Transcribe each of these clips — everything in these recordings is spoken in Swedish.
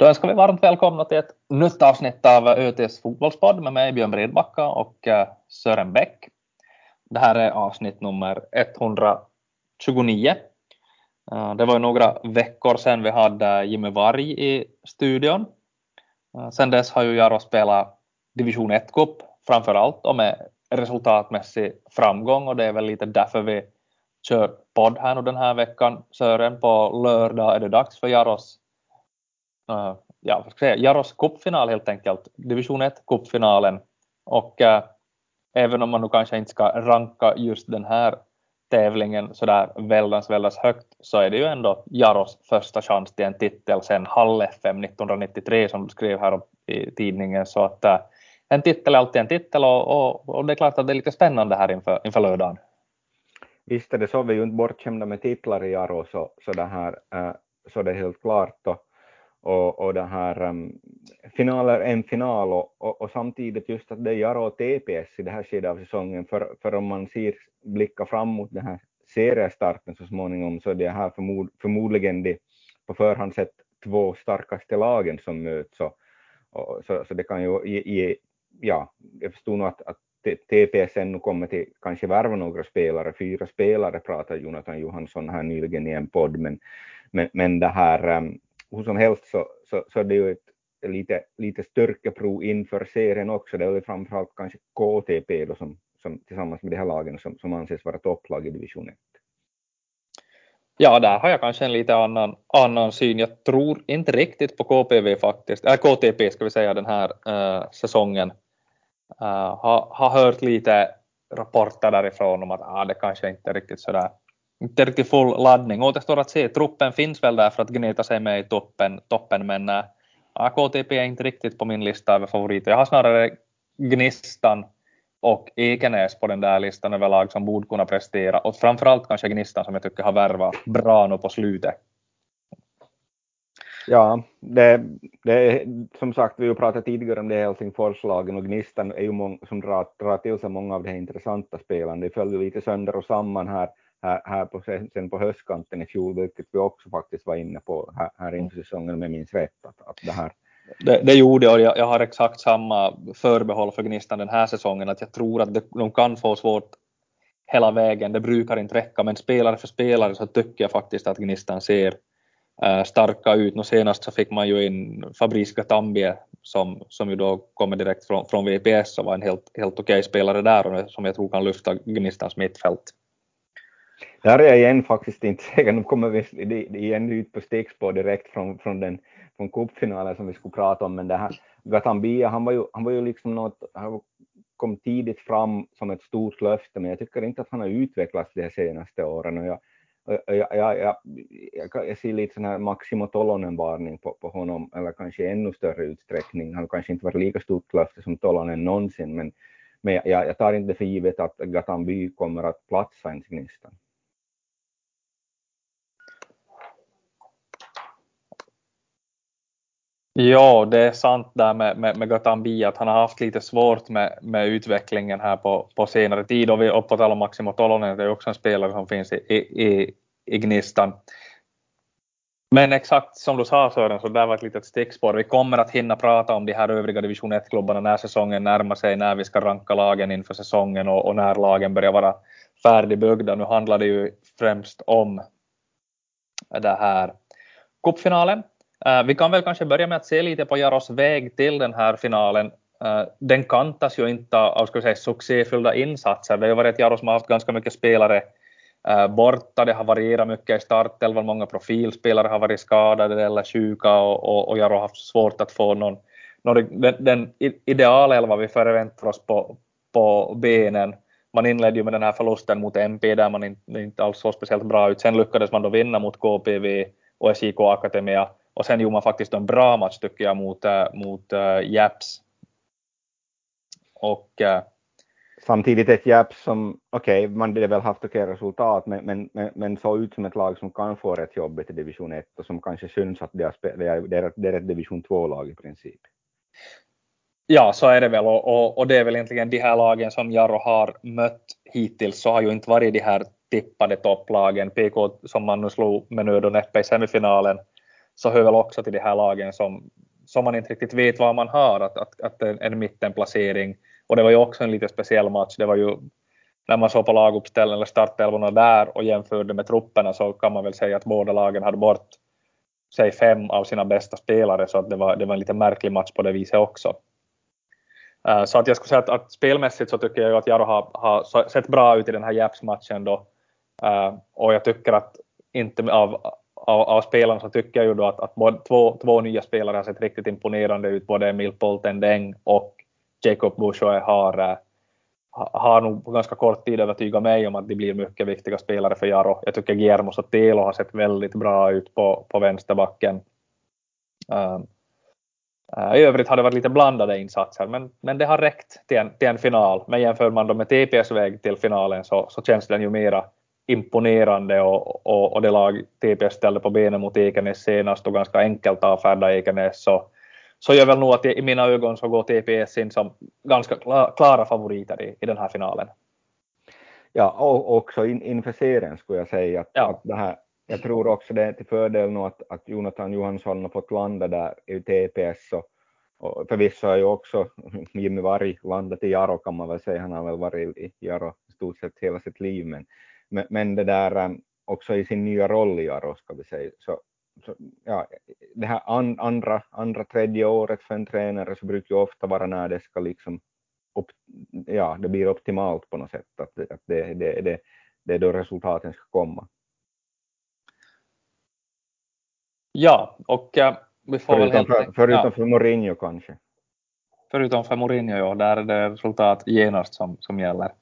Då önskar vi varmt välkomna till ett nytt avsnitt av ÖTs fotbollspodd med mig Björn Bredbacka och Sören Bäck. Det här är avsnitt nummer 129. Det var ju några veckor sedan vi hade Jimmy Varg i studion. Sen dess har ju Jaro spelat division 1-cup framförallt och med resultatmässig framgång, och det är väl lite därför vi kör podd här nu den här veckan. Sören, på lördag är det dags för Jaros cupfinal helt enkelt, division 1 cupfinalen, och även om man nu kanske inte ska ranka just den här tävlingen så där väldigt högt, så är det ju ändå Jaros första chans till en titel sen Hall FM 1993 som du skrev här i tidningen, så att en titel är alltid en titel, och det är klart att det är lite spännande här inför lördagen. Visst är det så, vi är ju inte bortskämda med titlar i Jaro, så det här så det är helt klart och det här finaler är en final och samtidigt just att det är Jaro och TPS i det här skedet av säsongen, för om man blickar fram mot den här seriestarten så småningom, så är det här förmodligen de på förhand sett två starkaste lagen som möts, så det kan ju ja, jag förstår nog att TPS ännu kommer till kanske värva några spelare, 4 spelare pratar Jonathan Johansson här nyligen i en podd, men det här hur som helst så är det ju ett lite styrkeprov inför serien också. Det är ju framförallt kanske KTP då som tillsammans med de här lagen som anses vara topplag i division 1. Ja, där har jag kanske en lite annan syn. Jag tror inte riktigt på KTP ska vi säga den här säsongen. Har hört lite rapporter därifrån om att det kanske inte är riktigt sådär, inte riktigt full laddning. Återstår att se, truppen finns väl där för att gneta sig med i toppen, men KTP är inte riktigt på min lista över favoriter. Jag har snarare Gnistan och Ekenäs på den där listan över lag som borde kunna prestera, och framförallt kanske Gnistan som jag tycker har värvat bra nu på slutet. Ja, det är som sagt, vi har pratat tidigare om det Helsingforslagen, och Gnistan är ju som drar till sig många av de här intressanta spelarna. Det följer lite sönder och samman här sen på höstkanten i fjol, vilket vi också faktiskt var inne på här inför säsongen, med minns rätt att det här. Det gjorde jag, och jag har exakt samma förbehåll för Gnistan den här säsongen, att jag tror att de kan få svårt hela vägen. Det brukar inte räcka, men spelare för spelare så tycker jag faktiskt att Gnistan ser starka ut. Och senast så fick man ju in Fabrice Gatambie som ju då kommer direkt från VPS och var en helt okej spelare där, och som jag tror kan lyfta Gnistans mittfält. Där är jag igen faktiskt inte säker. Nu kommer vi igen ut på stickspår direkt från cupfinalen som vi skulle prata om, men det här Gatambie, han var ju liksom han kom tidigt fram som ett stort löfte, men jag tycker inte att han har utvecklats de senaste åren, och jag ser lite sån här Maximo Tolonen-varning på honom, eller kanske ännu större utsträckning. Han kanske inte varit lika stort löfte som Tolonen någonsin, men jag tar inte för givet att Gatambie kommer att platsa i Gnistan. Ja, det är sant där med Gatambie, att han har haft lite svårt med utvecklingen här på senare tid, och på tal om Maximo Tolonen, det är också en spelare som finns i Gnistan. Men exakt som du sa, Sören, så där var ett litet stickspår. Vi kommer att hinna prata om de här övriga division 1-klubbarna när säsongen närmar sig, när vi ska ranka lagen inför säsongen och när lagen börjar vara färdigbyggda. Nu handlar det ju främst om det här cupfinalen. Vi kan väl kanske börja med att se lite på Jaros väg till den här finalen. Den kantas ju inte av succéfyllda insatser. Det har varit Jaro som har haft ganska mycket spelare borta. Det har varierat mycket i startelvan. Många profilspelare har varit skadade eller sjuka, och Jaro har haft svårt att få den idealelva vi förväntar oss på benen. Man inledde ju med den här förlusten mot MP där man inte alls såg speciellt bra ut. Sen lyckades man då vinna mot KPV och SJK Akademia. Och sen gjorde man faktiskt en bra match tycker jag mot Japs. Och samtidigt ett Japs som, man hade väl haft resultat, men så ut som ett lag som kan få rätt jobbigt i division 1 och som kanske syns att det är ett division 2-lag i princip. Ja, så är det väl, och det är väl egentligen de här lagen som Jaro har mött hittills, så har ju inte varit de här tippade topplagen. PK som man nu slog med nöd och näppe i semifinalen, så hör väl också till de här lagen som man inte riktigt vet vad man har, att en mittenplacering. Och det var ju också en lite speciell match. Det var ju, när man såg på laguppställningen eller startelvorna där och jämförde med trupperna, så kan man väl säga att båda lagen hade bort säg 5 av sina bästa spelare, så att det var en lite märklig match på det viset också. Så att jag skulle säga att spelmässigt så tycker jag att Jaro har sett bra ut i den här Japs-matchen då. Och jag tycker att inte av spelarna så tycker jag ju då att två nya spelare har sett riktigt imponerande ut. Både Emil Poltendeng och Jacob Bouchoy har nog på ganska kort tid övertygat mig om att de blir mycket viktiga spelare för Jaro. Jag tycker Guillermo Sotelo har sett väldigt bra ut på vänsterbacken. I övrigt har det varit lite blandade insatser, men det har räckt till en final. Men jämför man då med TPS väg till finalen så känns den ju mera imponerande, och det lag TPS ställde på benen mot Ekenäs senast och ganska enkelt avfärda Ekenäs, så gör väl nog att i mina ögon så går TPS in som ganska klara favoriter i den här finalen. Ja, och också inför serien skulle jag säga att det här, jag tror också det är till fördel nu att Jonathan Johansson har fått landa där i TPS, och förvisso har ju också Jimmy Varg landat i Jaro, kan man väl säga. Han har väl varit i Jaro i stort sett hela sitt liv, men det där också i sin nya roll i Jaro, ska vi säga. Så ja, det här andra tredje året för en tränare så brukar ju ofta vara när det ska liksom det blir optimalt på något sätt, att det är då resultaten ska komma. Ja, och vi får förutom för Mourinho kanske. Förutom för Mourinho, ja, där är det resultat genast som gäller.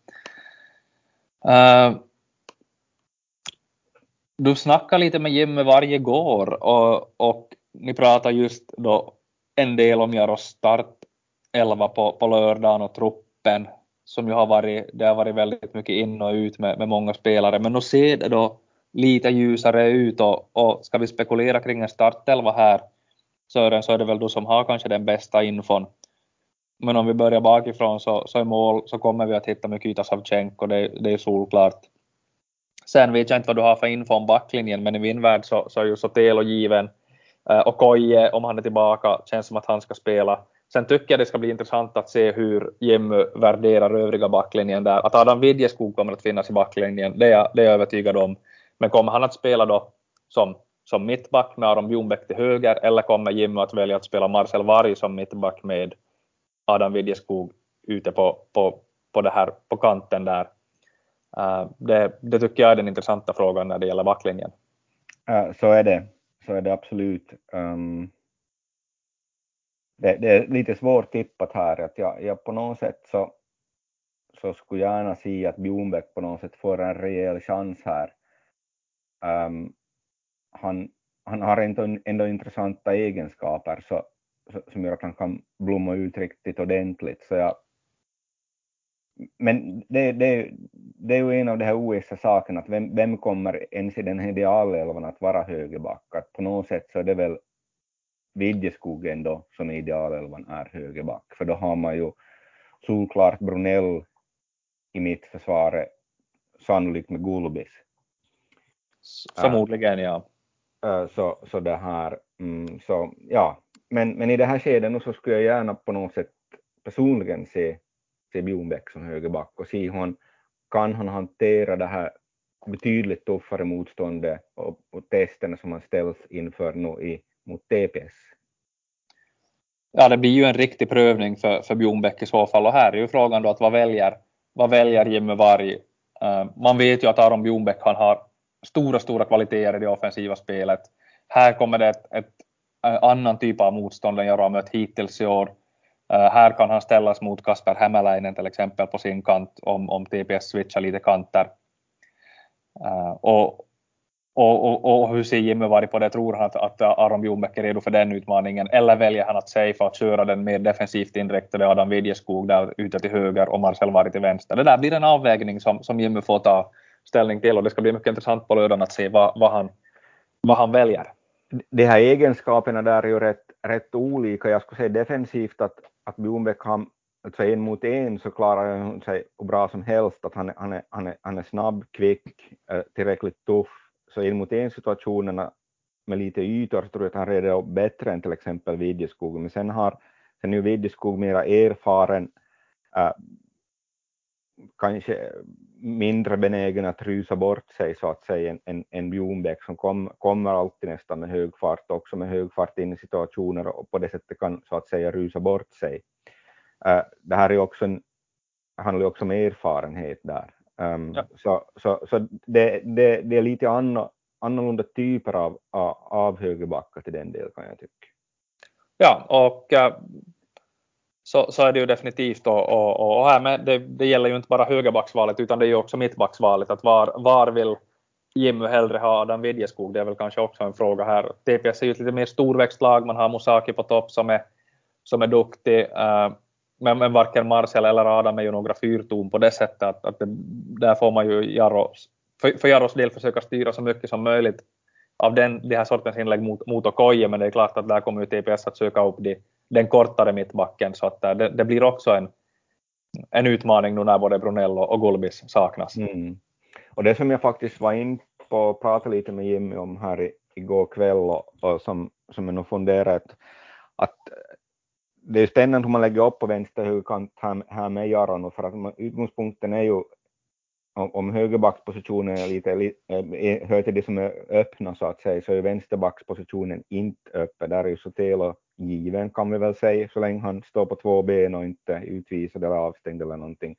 Du snackar lite med Jimmy varje går och ni pratar just då en del om Jaros start 11 på lördagen och truppen som ju har varit väldigt mycket in och ut med många spelare, men nu ser det då lite ljusare ut, och ska vi spekulera kring en startelva här, Sören, så är det väl du som har kanske den bästa infon. Men om vi börjar bakifrån så i mål så kommer vi att hitta Mykyta Savchenko, det är solklart. Sen vet jag inte vad du har för info om backlinjen, men i min värld så är ju Sotelo given, och Koje, om han är tillbaka, känns som att han ska spela. Sen tycker jag det ska bli intressant att se hur Jimmy värderar övriga backlinjen där. Att Adam Vidjeskog kommer att finnas i backlinjen, det är jag övertygad om. Men kommer han att spela då som mittback med Aron Bjornbäck till höger, eller kommer Jimmy att välja att spela Marcel Varg som mittback med Adam Vidjeskog ute på det här på kanten där? Det tycker jag är den intressanta frågan när det gäller backlinjen. Så är det absolut. Det är lite svårt tippat här, att jag på något sätt så skulle jag gärna se att Bjornbäck på något sätt får en rejäl chans här. Han har ändå intressanta egenskaper som gör att han kan blomma ut riktigt ordentligt, så men det är ju en av de här ovissa sakerna, att vem kommer ens i den här idealelvan att vara högerback. Att på något sätt så är det väl Vidjeskog ändå som i idealelvan är högerback, för då har man ju solklart Brunell i mitt försvar, sannolikt med Gulbis. Förmodligen, ja. Så det här, så ja, men i det här skedet nu så skulle jag gärna på något sätt personligen se Bjornbäck som högerback och se hur kan han hantera det här betydligt tuffare motståndet och testerna som han ställs inför nu mot TPS. Ja, det blir ju en riktig prövning för Bjornbäck i så fall, och här är ju frågan då att vad väljer Jimmy Varg? Man vet ju att Aron Bjornbäck han har stora kvaliteter i det offensiva spelet. Här kommer det ett annan typ av motstånd än jag har mött hittills i år. Här kan han ställas mot Kasper Hämäläinen till exempel på sin kant om TPS switchar lite kanter. Och hur ser Jimmy Varg på det? Tror han att Aron Bjornbäck är redo för den utmaningen? Eller väljer han att safea att köra den mer defensivt inriktade Adam Vidjeskog där ute till höger och Marcel Varg till vänster? Det där blir en avvägning som Jimmy får ta ställning till, och det ska bli mycket intressant på lördagen att se vad han väljer. De här egenskaperna där är ju rätt olika. Jag skulle säga defensivt att Bjornbäck har, alltså en mot en så klarar han sig bra som helst, att han är snabb, kvick, tillräckligt tuff. Så en mot en situationerna med lite ytor så tror jag att han reder upp bättre än till exempel Vidjeskog. Men sen är ju Vidjeskog mera erfaren, kanske mindre benägen att rusa bort sig så att säga en Bjornbäck som kommer alltid nästan med hög fart, också med hög fart in i situationer och på det sättet kan så att säga rusa bort sig. Det här är också handlar också om erfarenhet där. Så det är lite annorlunda typer av högerbackar till den delen kan jag tycka. Ja, och så är det ju definitivt och här med, det gäller ju inte bara högerbacksvalet utan det är ju också mittbacksvalet, att var vill Jimmy hellre ha Adam Vidjeskog, det är väl kanske också en fråga här. TPS är ju ett lite mer storväxtlag, man har Musaki på topp som är duktig, men varken Marcel eller Adam är ju några fyrton på det sättet att där får man ju för Jaros del försöka styra så mycket som möjligt av det här sortens inlägg mot Okoye, men det är klart att där kommer ju TPS att söka upp den kortare mittbacken, så att det blir också en utmaning nu när både Brunello och Gulbis saknas. Och det som jag faktiskt var in på och pratade lite med Jimmy om här igår kväll och som jag nog funderat att det är spännande hur man lägger upp på vänster högerkant här med Jaron, för att utgångspunkten är ju om högerbackspositionen hör till det som är öppna så att säga, så är vänsterbackspositionen inte öppen. Där är ju Sotelo given kan vi väl säga, så länge han står på 2 ben och inte utvisad eller avstängd eller någonting.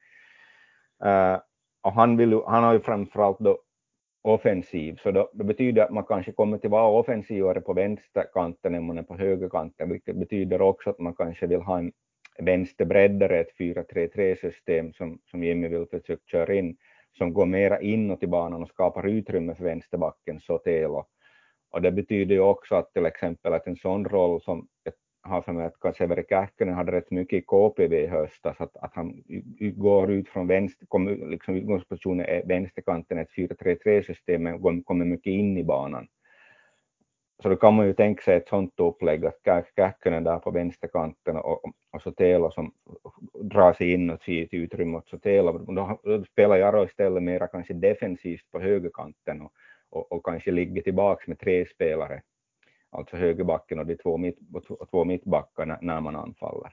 Och han har ju framförallt då offensiv, så då betyder att man kanske kommer till vara offensivare på vänsterkanten än man är på högerkanten, vilket betyder också att man kanske vill ha en vänsterbreddare, ett 4-3-3 system som Jimmy vill försöka köra in, som går mera inåt i banan och skapar utrymme för vänsterbacken Sotelo. Och det betyder ju också att till exempel att en sån roll som har för mig att kanske Severi Kähkönen hade rätt mycket i KPV i höstas, att han går ut från vänster, liksom utgångspositionen är vänsterkanten ett 4-3-3 system, men kommer mycket in i banan. Så då kan man ju tänka sig ett sånt upplägg att Kähkönen där på vänsterkanten och Sotelo som drar sig in och ser till utrymme åt Sotelo. Då spelar Jaro istället mera kanske defensivt på högerkanten och kanske ligger tillbaka med 3 spelare. Alltså högerbacken och de två mittbackar när man anfaller.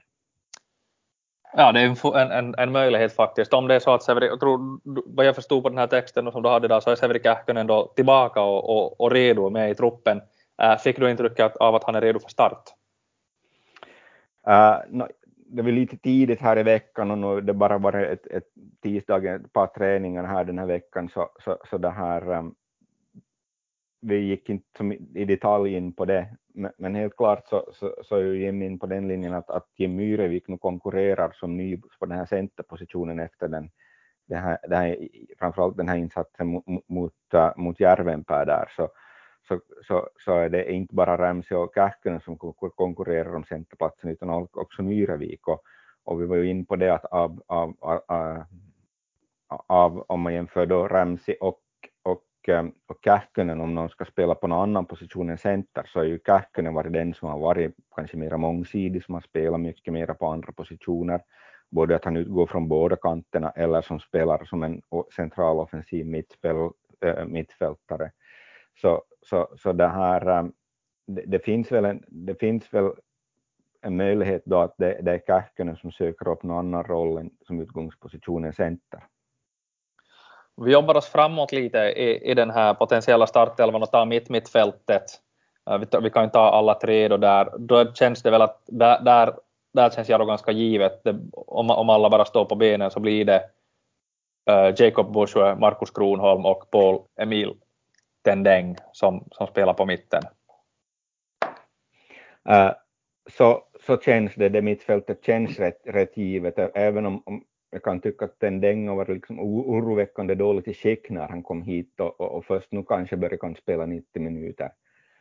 Ja, det är en möjlighet faktiskt. Om det är så att Severi, jag tror, vad jag förstod på den här texten som du hade där, så är Severi Kähkönen då tillbaka och redo med i truppen. Fick du intrycket av att han är redo för start? Det var lite tidigt här i veckan och det bara var ett tisdag, ett par träningar här den här veckan, så det här vi gick inte i detalj in på det, men helt klart så är ju Jim in på den linjen att Jim Myrevik nu konkurrerar som ny på den här centerpositionen efter framförallt den här insatsen mot Järvenpää där, så är det inte bara Ramsey och Kähkönen som konkurrerar om centerplatsen utan också Myrevik, och vi var ju in på det att av om man jämför då Ramsey och Kähkönen, om någon ska spela på någon annan position än center, så är ju Kähkönen varit den som har varit kanske mer mångsidig, som har spelat mycket mer på andra positioner, både att han utgår från båda kanterna eller som spelar som en central offensiv mittfältare. Så det här det finns väl en möjlighet då att det är Kähkönen som söker upp någon annan roll än som utgångspositionen center. Vi jobbar oss framåt lite i den här potentiella startelvan och tar mittfältet. Vi kan ju ta alla 3 då känns det väl att där känns Jaro ganska givet. Om alla bara står på benen så blir det Jacob Bushue, Markus Kronholm och Paul Emil Tendeng som spelar på mitten. Så känns det mittfältet känns rätt givet, även om jag kan tycka att Tendeng var liksom oroväckande dåligt i skick när han kom hit och först nu kanske kan spela 90 minuter.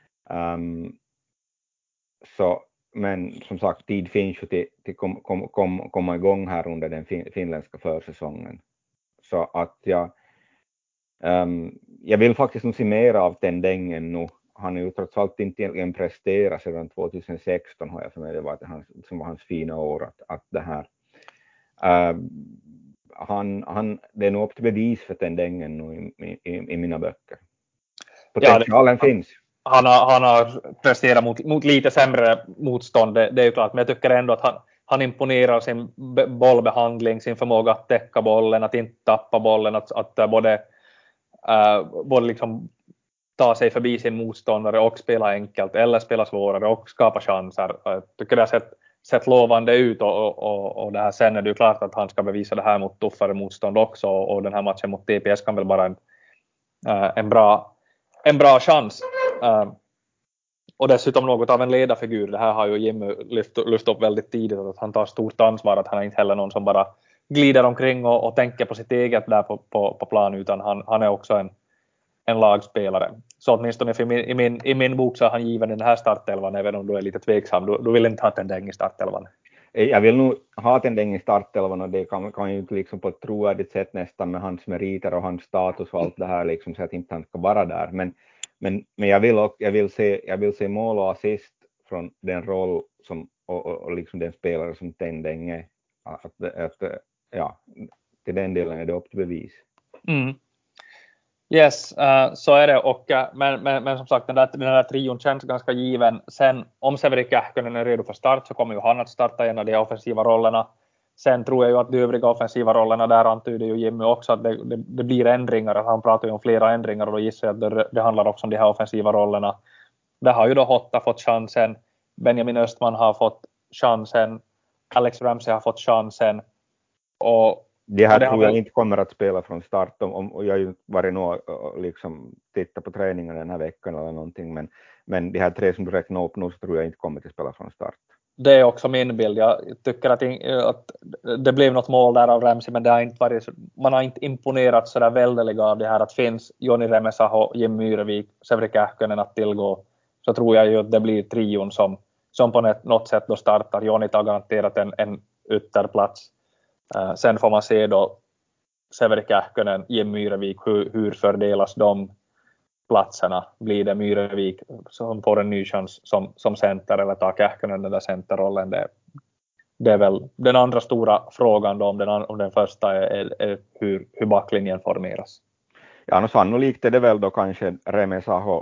Men som sagt, tid finns ju till komma igång här under den finländska försäsongen. Så att jag vill faktiskt se mer av Tendengen nu. Han är ju trots allt inte presterat sedan 2016 har jag för mig, det var som var hans fina år att det här det är nog upp till bevis för Tendengen nu i mina böcker. Potentialen finns. han har presterat mot lite sämre motstånd, det är ju klart, men jag tycker ändå att han imponerar sin bollbehandling, sin förmåga att täcka bollen, att inte tappa bollen, att både liksom ta sig förbi sin motståndare och spela enkelt eller spela svårare och skapa chanser. Jag tycker det har sett lovande ut och det här sen är det ju klart att han ska bevisa det här mot tuffare motstånd också, och den här matchen mot TPS kan väl vara en bra chans. Och dessutom något av en ledarfigur. Det här har ju Jimmy lyft upp väldigt tidigt, att han tar stort ansvar, att han är inte heller någon som bara glider omkring och tänker på sitt eget där på plan, utan han är också en lagspelare. Så åtminstone i min bok så är han given i den här startelvan, även om du är lite tveksam. Du vill inte ha Tendeng i startelvan. Jag vill nog ha Tendeng i startelvan, och det kan ju inte liksom på ett trovärdigt sätt nästan med hans meriter och hans status och allt det här liksom, så att inte han ska vara där. Men jag vill se mål och assist från den roll som och liksom den spelare som Tendeng är. Ja, till den delen är det upp till bevis. Mm. Yes, så är det, och men som sagt den där trion känns ganska given. Sen om Severi Kähkönen är redo för start så kommer ju han att starta en av de offensiva rollerna. Sen tror jag ju att de övriga offensiva rollerna, där antyder ju Jimmy också att det blir ändringar. Han pratar ju om flera ändringar, och då gissar jag att det handlar också om de här offensiva rollerna. Där har ju då Hotta fått chansen, Benjamin Östman har fått chansen, Alex Ramsey har fått chansen, och det här tror jag inte kommer att spela från start, och jag har ju varit nog liksom titta på träningen den här veckan eller någonting, men de här tre som du räknar upp nu så tror jag inte kommer att spela från start. Det är också min bild. Jag tycker att det blev något mål där av Ramsey, men det har inte varit, man har inte imponerat så där väldigt av det här att finns Joni Remesaho, Jim Myrevik, Severi Kähkönen att tillgå, så tror jag ju att det blir trion som på något sätt då startar. Joni tar garanterat en ytterplats. Sen får man se då Severi Kähkönen, Jim Myrevik, hur fördelas de platserna. Blir det Myrevik som får en ny chans som center, eller tar Kähkönen den där centerrollen? Det är väl den andra stora frågan då, om den första är hur backlinjen formeras. Ja, no, sannolikt är det väl då kanske Remesaho,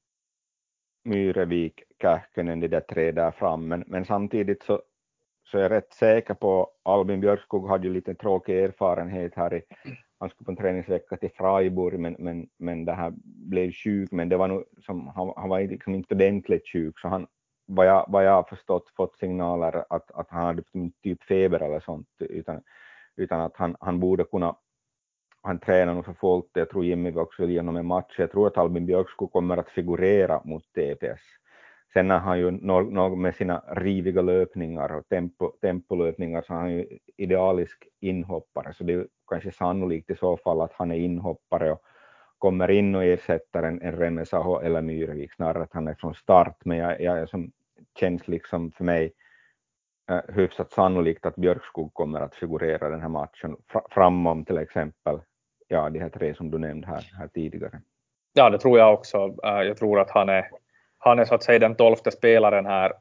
Myrevik, Kähkönen, de där tre där fram, men samtidigt så är jag rätt säker på Albin Björkskog hade ju lite tråkig erfarenhet här han skulle på en träningsvecka till Freiburg, men det här blev sjuk, men det var nog som han var liksom inte ordentligt sjuk, så han vad jag har förstått fått signaler att han hade typ feber eller sånt, utan att han borde kunna, han tränar nog för fullt. Jag tror Jimmy också vill genom en match. Jag tror att Albin Björkskog kommer att figurera mot TPS. Sen har han ju något med sina riviga löpningar och tempolöpningar, så han är ju idealisk inhoppare, så det är kanske sannolikt i så fall att han är inhoppare och kommer in och ersätter en Remesaho eller Myrevik, snarare att han är från start, men jag som känns liksom för mig hyfsat sannolikt att Björkskog kommer att figurera den här matchen framom till exempel de här tre som du nämnde här tidigare. Ja, det tror jag också. Jag tror att han är så att säga den 12:e spelaren här,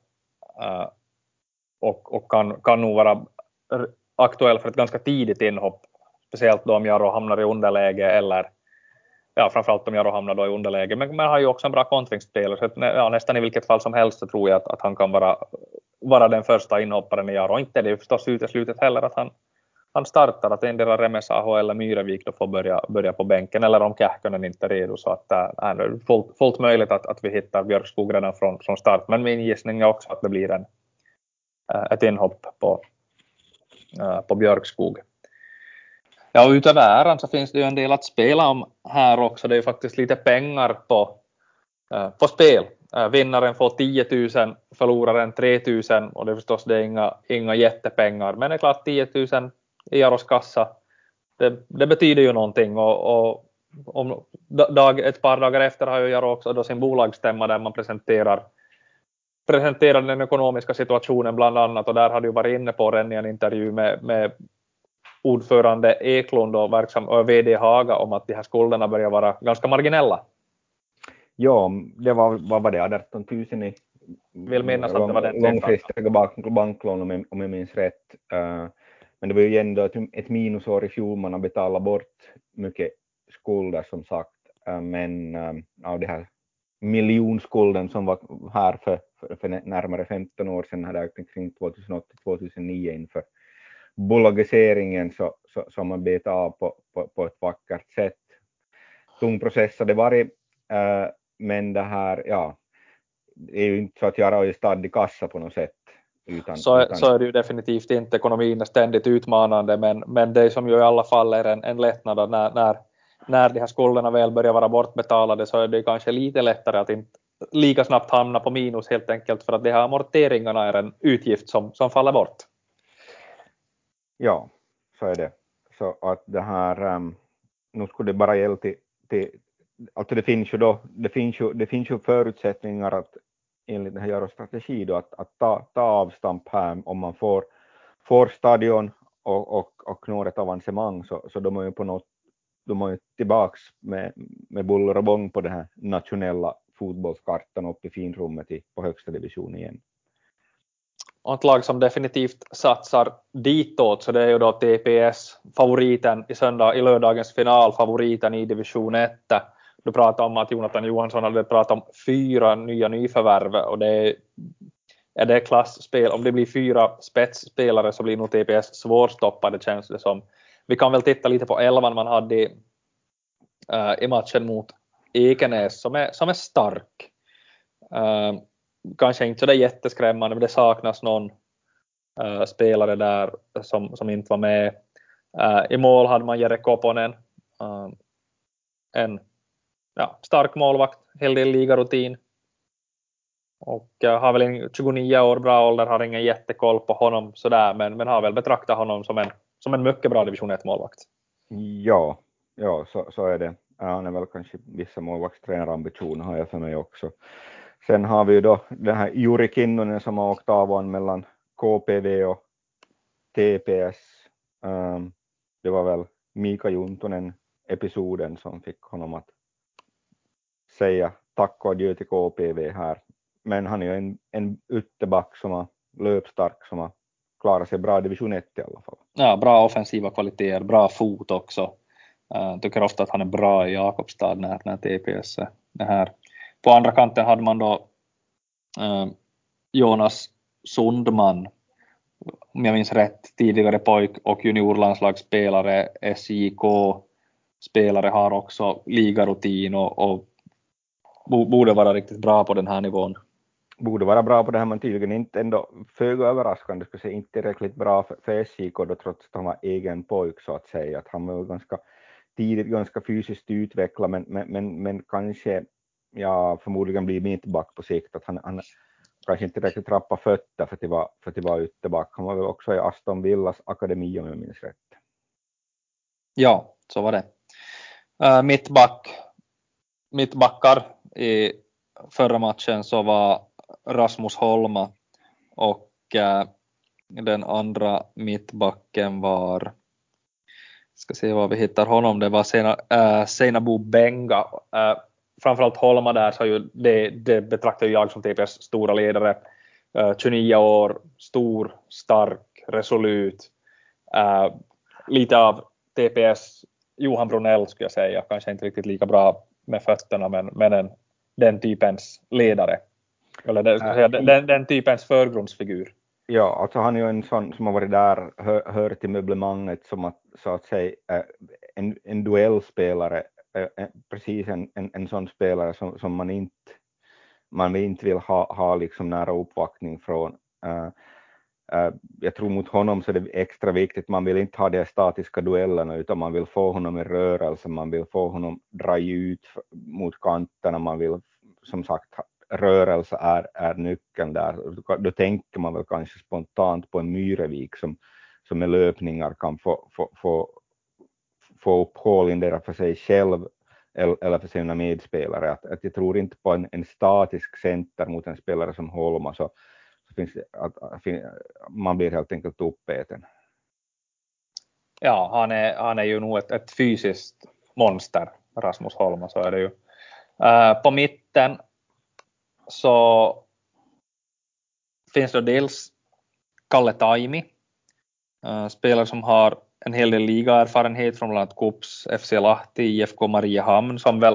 och kan nog vara aktuell för ett ganska tidigt inhopp, speciellt då om Jaro hamnar i underläge, eller framförallt om Jaro hamnar då i underläge, men har ju också en bra kontringsspelare, så nästan i vilket fall som helst så tror jag att han kan vara den första inhopparen i Jaro. Inte det är förstås uteslutet heller att han startar, att endera Remesaho eller Myrevik då får börja på bänken, eller om Kähkönen inte är redo, så att det är fullt möjligt att vi hittar Björkskog redan från start, men min gissning är också att det blir ett inhopp på Björkskog. Ja, och utöver äran så finns det ju en del att spela om här också. Det är ju faktiskt lite pengar på spel. Vinnaren får 10 000, förloraren 3 000, och det är förstås inga jättepengar. Men det är klart, 10 000 i Jaros kassa, det betyder ju någonting. Och om ett par dagar efter har ju Jaro också då sin bolagsstämma där man presenterar den ekonomiska situationen bland annat. Och där hade ju varit inne på redan i en intervju med ordförande Eklund och vd Haga om att de här skulderna börjar vara ganska marginella. Ja, det var det 18 000 i vill minnas att det var den långfristiga banklån om jag minns rätt. Men det var ju ändå ett minusår i fjol, man har betalat bort mycket skulder som sagt, men av det här miljonskulden som var här för närmare 15 år sedan, hade kring 2008-2009 inför bolagiseringen, så man bet av på ett vackert sätt. Tung process har det varit, men det här, ja, det är ju inte så att jag är stad i kassa på något sätt. Så är det ju definitivt inte. Ekonomin är ständigt utmanande, men det som ju i alla fall är en lättnad när de här skulderna väl börjar vara bortbetalade, så är det kanske lite lättare att inte lika snabbt hamna på minus, helt enkelt för att de här amorteringarna är en utgift som faller bort. Ja, så är det. Så att det här, nu skulle det bara gälla till alltså det finns ju förutsättningar att enligt den här Jarro-strategi då att ta avstamp här om man får stadion och når ett avancemang, så de är ju på något, de är ju tillbaks med buller och bång på den här nationella fotbollskartan uppe i finrummet på högsta division igen. Och ett lag som definitivt satsar ditåt, så det är ju då TPS, favoriten i lördagens final, favoriten i division 1. Du pratade om att Jonathan Johansson hade pratat om 4 nya nyförvärv, och det är det klassspel. Om det blir 4 spetsspelare så blir nog TPS svårstoppade, känns det som. Vi kan väl titta lite på 11 man hade i matchen mot Ekenäs, som är stark. Kanske inte så det jätteskrämmande, men det saknas någon spelare där som inte var med. I mål hade man Jere Koponen, en stark målvakt, hel del ligarutin, och har väl en 29 år bra ålder, har ingen jättekoll på honom sådär, men har väl betraktat honom som en mycket bra division 1 målvakt. Ja, så är det. Han är väl kanske vissa målvaktstränarambitioner, har jag för mig också. Sen har vi ju då den här Juri Kinnunen som har åkt av mellan KPV och TPS. Det var väl Mika Juntunen episoden som fick honom att säga tack och adjö till KPV här. Men han är ju en ytterback som har löpstark, som har klarat sig bra i division 1 i alla fall. Ja, bra offensiva kvaliteter, bra fot också. Tycker ofta att han är bra i Jakobstad när TPS är här. På andra kanten hade man då Jonas Sundman, om jag minns rätt, tidigare pojk- och juniorlandslagsspelare, SJK-spelare, har också ligarutin och borde vara riktigt bra på den här nivån. Borde vara bra på det här, men tydligen inte, ändå föga överraskande, ska säga, inte tillräckligt bra för SJK då, trots att han var egen pojk så att säga. Att han var ganska tidigt ganska fysiskt utvecklad, men kanske förmodligen blir mittback på sikt. Att han kanske inte tillräckligt trappa fötter för att vara ytterback. Han var väl också i Aston Villas akademi om jag minns rätt. Ja, så var det. Mittbackar i förra matchen så var Rasmus Holma, och den andra mittbacken var, ska se var vi hittar honom, det var Seinabo Benga. Framförallt Holma där, så ju det betraktar jag som TPS stora ledare. 29 år, stor, stark, resolut. Lite av TPS Johan Brunell skulle jag säga, kanske inte riktigt lika bra med fötterna, men den typens ledare. Eller den typens förgrundsfigur. Ja, alltså han är ju en sån som har varit där, hör till möblemanget, som att, så att säga, en duellspelare, precis en sån spelare som man inte vill ha liksom nära uppvaktning från. Jag tror mot honom så är det extra viktigt, man vill inte ha de statiska duellerna, utan man vill få honom i rörelse, man vill få honom dra ut mot kanterna, man vill, som sagt, rörelse är nyckeln där. Då tänker man väl kanske spontant på en Myrevik som med löpningar kan få upp hål in där för sig själv eller för sina medspelare. Att jag tror inte på en statisk center mot en spelare som Holma, så finns det att man blir helt enkelt uppäten. Ja, han är ju nog ett fysiskt monster, Rasmus Holma, så är det ju. På mitten så finns det dels Kalle Taimi, spelare som har en hel del ligaerfarenhet från bland annat KuPS, FC Lahti, IFK Mariehamn, som väl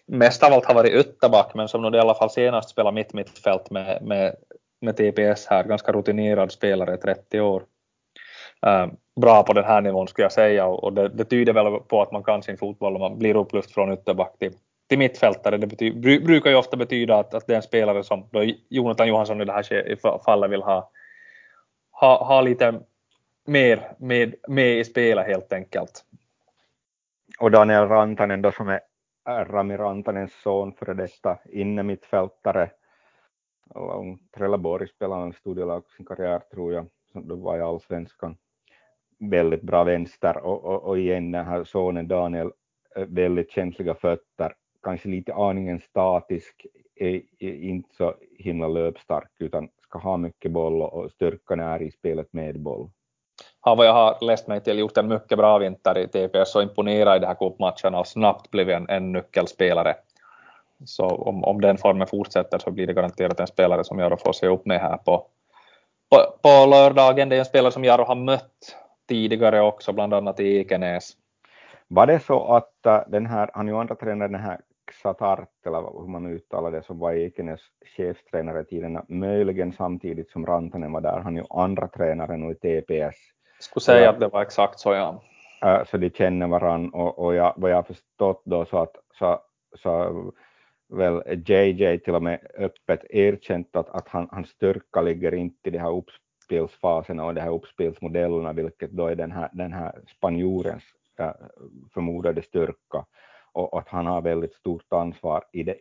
mest av allt har varit ytterback, men som nog i alla fall senast spelar mittfält med TPS här, ganska rutinerad spelare, 30 år. Bra på den här nivån skulle jag säga, och det tyder väl på att man kan sin fotboll och man blir upplyft från ytterback till mittfältare. Det brukar ju ofta betyda att det är en spelare som då Jonathan Johansson i det här fallet vill ha lite mer med i spelet helt enkelt. Och Daniel Rantanen då, som är Rami Rantanens son, för detta inne mittfältare. Trelleborg spelade en stor del av sin karriär, tror jag, som då var i Allsvenskan. Väldigt bra vänster, och igen den här sonen Daniel, väldigt känsliga fötter, kanske lite aningen statisk, är inte så himla löpstark utan ska ha mycket boll och styrkan är i spelet med boll. Han, vad jag har läst mig till, gjort en mycket bra vinter i TPS och imponerat i det här cupmatchen och snabbt blivit en nyckelspelare. Så om den formen fortsätter så blir det garanterat en spelare som Jaro får se upp med här på lördagen. Det är en spelare som Jaro har mött tidigare också, bland annat i Ekenäs. Var det så att den här, han ju andra tränare, den här Xatart, eller hur man uttalar det, som var Ekenäs chefstränare i tiden, möjligen samtidigt som Rantanen var där, han ju andra tränare nu i TPS. Skulle säga att det var exakt så, ja. Så de känner varann, och vad jag har förstått då så väl JJ till och med öppet erkänt att hans styrka ligger inte i de här uppspelsfaserna och de här uppspelsmodellerna, vilket då är den här spanjorens förmodade styrka, och att han har väldigt stort ansvar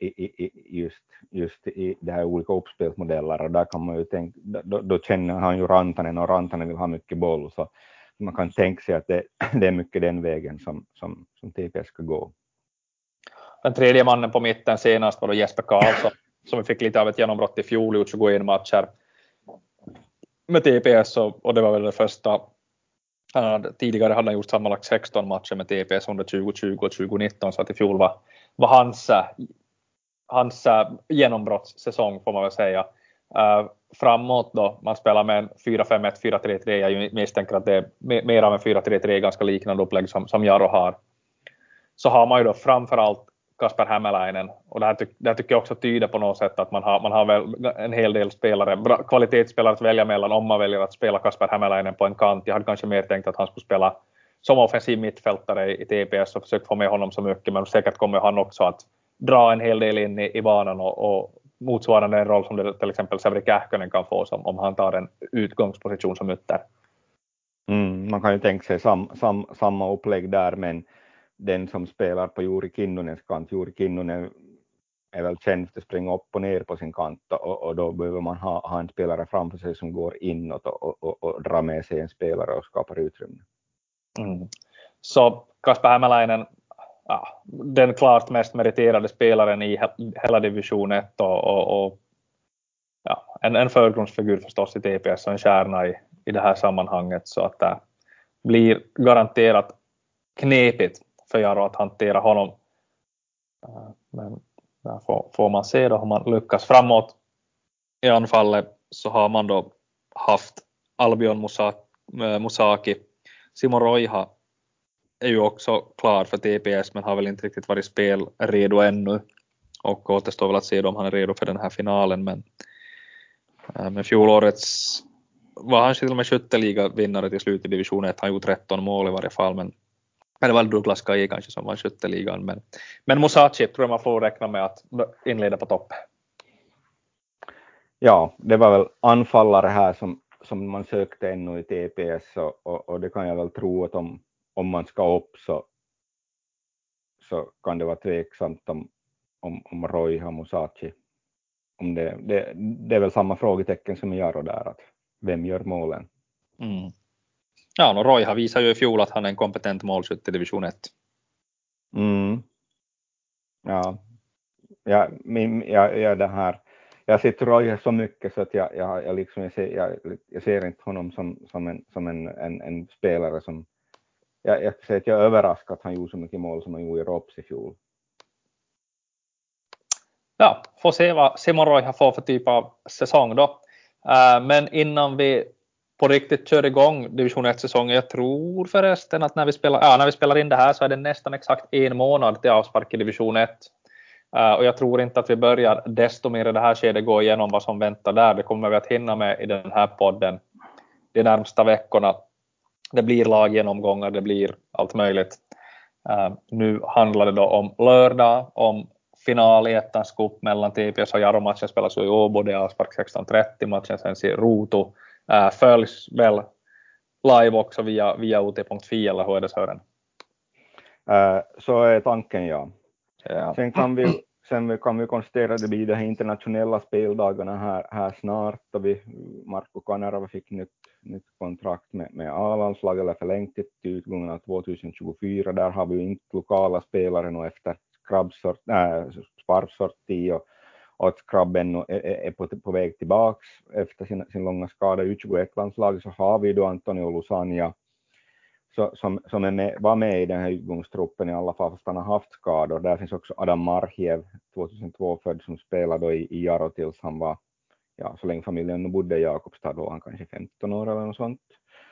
just i de här olika uppspelsmodeller, och där kan man ju tänka, då känner han ju Rantanen, och Rantanen vill ha mycket boll, så man kan tänka sig att det är mycket den vägen som TPS ska gå. Den tredje mannen på mitten senast var då Jesper Karlsson, som vi fick lite av ett genombrott i fjol, ut 21 matcher med TPS, och det var väl det första. Tidigare hade han gjort sammanlagt 16 matcher med TPS under 2020 och 2019, så att i fjol var hans genombrottssäsong, får man väl säga. Framåt då, man spelar med en 4-5-1, 4-3-3, jag misstänker att det är mer av en 4-3-3, ganska liknande upplägg som Jaro har. Så har man ju då framförallt Kasper Hämäläinen, och det här tycker jag också tyder på något sätt att man har väl en hel del spelare, kvalitetsspelare att välja mellan om man väljer att spela Kasper Hämäläinen på en kant. Jag hade kanske mer tänkt att han skulle spela som offensiv mittfältare i TPS och försökt få med honom så mycket, men säkert kommer han också att dra en hel del in i banan och motsvarande en roll som det till exempel Severi Kähkönen kan få om han tar en utgångsposition som ytter. Man kan ju tänka sig samma upplägg där, men den som spelar på Juri Kinnunens kant, Juri Kinnunen är väl känd för att springa upp och ner på sin kant, och då behöver man ha en spelare framför sig som går inåt och dra med sig en spelare och skapar utrymme. Så Kasper Hämäläinen, den klart mest meriterade spelaren i hela division 1 och en förgrundsfigur förstås i TPS och en kärna i det här sammanhanget, så att det blir garanterat knepigt för Jaro att hantera honom. Men där får man se då hur man lyckas. Framåt i anfallet så har man då haft Albion Musaki. Simon Roiha är ju också klar för TPS, men har väl inte riktigt varit spelredo ännu, och återstår väl att se om han är redo för den här finalen. Men fjolårets var han till och med skytteliga-vinnare till slut i division 1. Han gjorde 13 mål i varje fall, men det var Douglas Kai kanske som var skytteligan. Men Musashi tror jag man får räkna med att inleda på topp. Ja, det var väl anfallare här som man sökte ännu i TPS, och det kan jag väl tro att om man ska upp så kan det vara tveksamt om Roiha Musashi. Om det är väl samma frågetecken som i Jaro där, att vem gör målen? Ja, Roiha visar ju i fjol att han är en kompetent målskytt i division 1. Ja, det här. Jag ser Roiha så mycket så att jag ser inte honom som en spelare som jag säger att jag är överraskad att han gjorde så mycket mål som han gjorde i Rops i fjol. Ja, får se vad Simon Roiha får för typ av säsong då. Men innan vi på riktigt kör igång division 1-säsongen, jag tror förresten att när vi spelar in det här så är det nästan exakt en månad till avspark i division 1. Och jag tror inte att vi börjar desto mer i det här skedet gå igenom vad som väntar där. Det kommer vi att hinna med i den här podden de närmsta veckorna. Det blir laggenomgångar, det blir allt möjligt. Nu handlar det då om lördag, om final i ettans cup mellan TPS och Jaro. Matchen spelas i Åbo, det är avspark 16:30. Matchen sen i Ruutu. Följs väl live också via ut.fi, eller hur är det, Sören? Så är tanken, ja. Ja. Sen kan vi konstatera att det blir de här internationella speldagarna här snart, och Marko Kanerva fick nytt kontrakt med A-landslaget, eller förlängt till utgången av 2024. Där har vi ju inte lokala spelare nu efter sparvsorti, och Skrabb är på väg tillbaks efter sin långa skada. I U21-landslaget så har vi då Antonio Lusania som var med i den här utgångstruppen i alla fall, fast han har haft skador. Där finns också Adam Marhiev, 2002 född, som spelade då i Jaro tills han var, så länge familjen bodde i Jakobstad, då han kanske 15 år eller något sånt.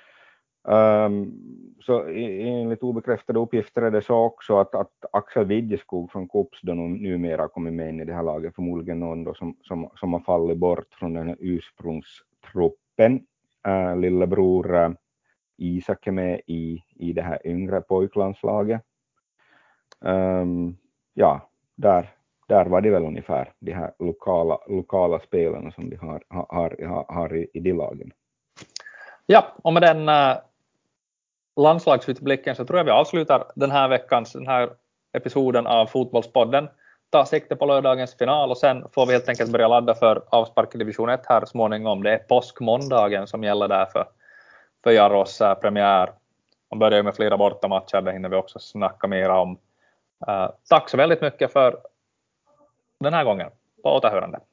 Så enligt obekräftade uppgifter är det så också att Axel Widjeskog från Kups då numera kommit med in i det här laget, förmodligen någon då som har fallit bort från den här ursprungstruppen. Lillebror Isak är med i det här yngre pojklandslaget. Där var det väl ungefär de här lokala spelarna som de har i de lagen. Ja, och med den landslagsutblicken så tror jag vi avslutar den här episoden av Fotbollspodden. Ta sikte på lördagens final, och sen får vi helt enkelt börja ladda för avspark i division 1 här småningom. Det är påskmåndagen som gäller där för Jaros premiär. Man börjar ju med flera bortamatcher, det hinner vi också snacka mer om. Tack så väldigt mycket för den här gången. På återhörande.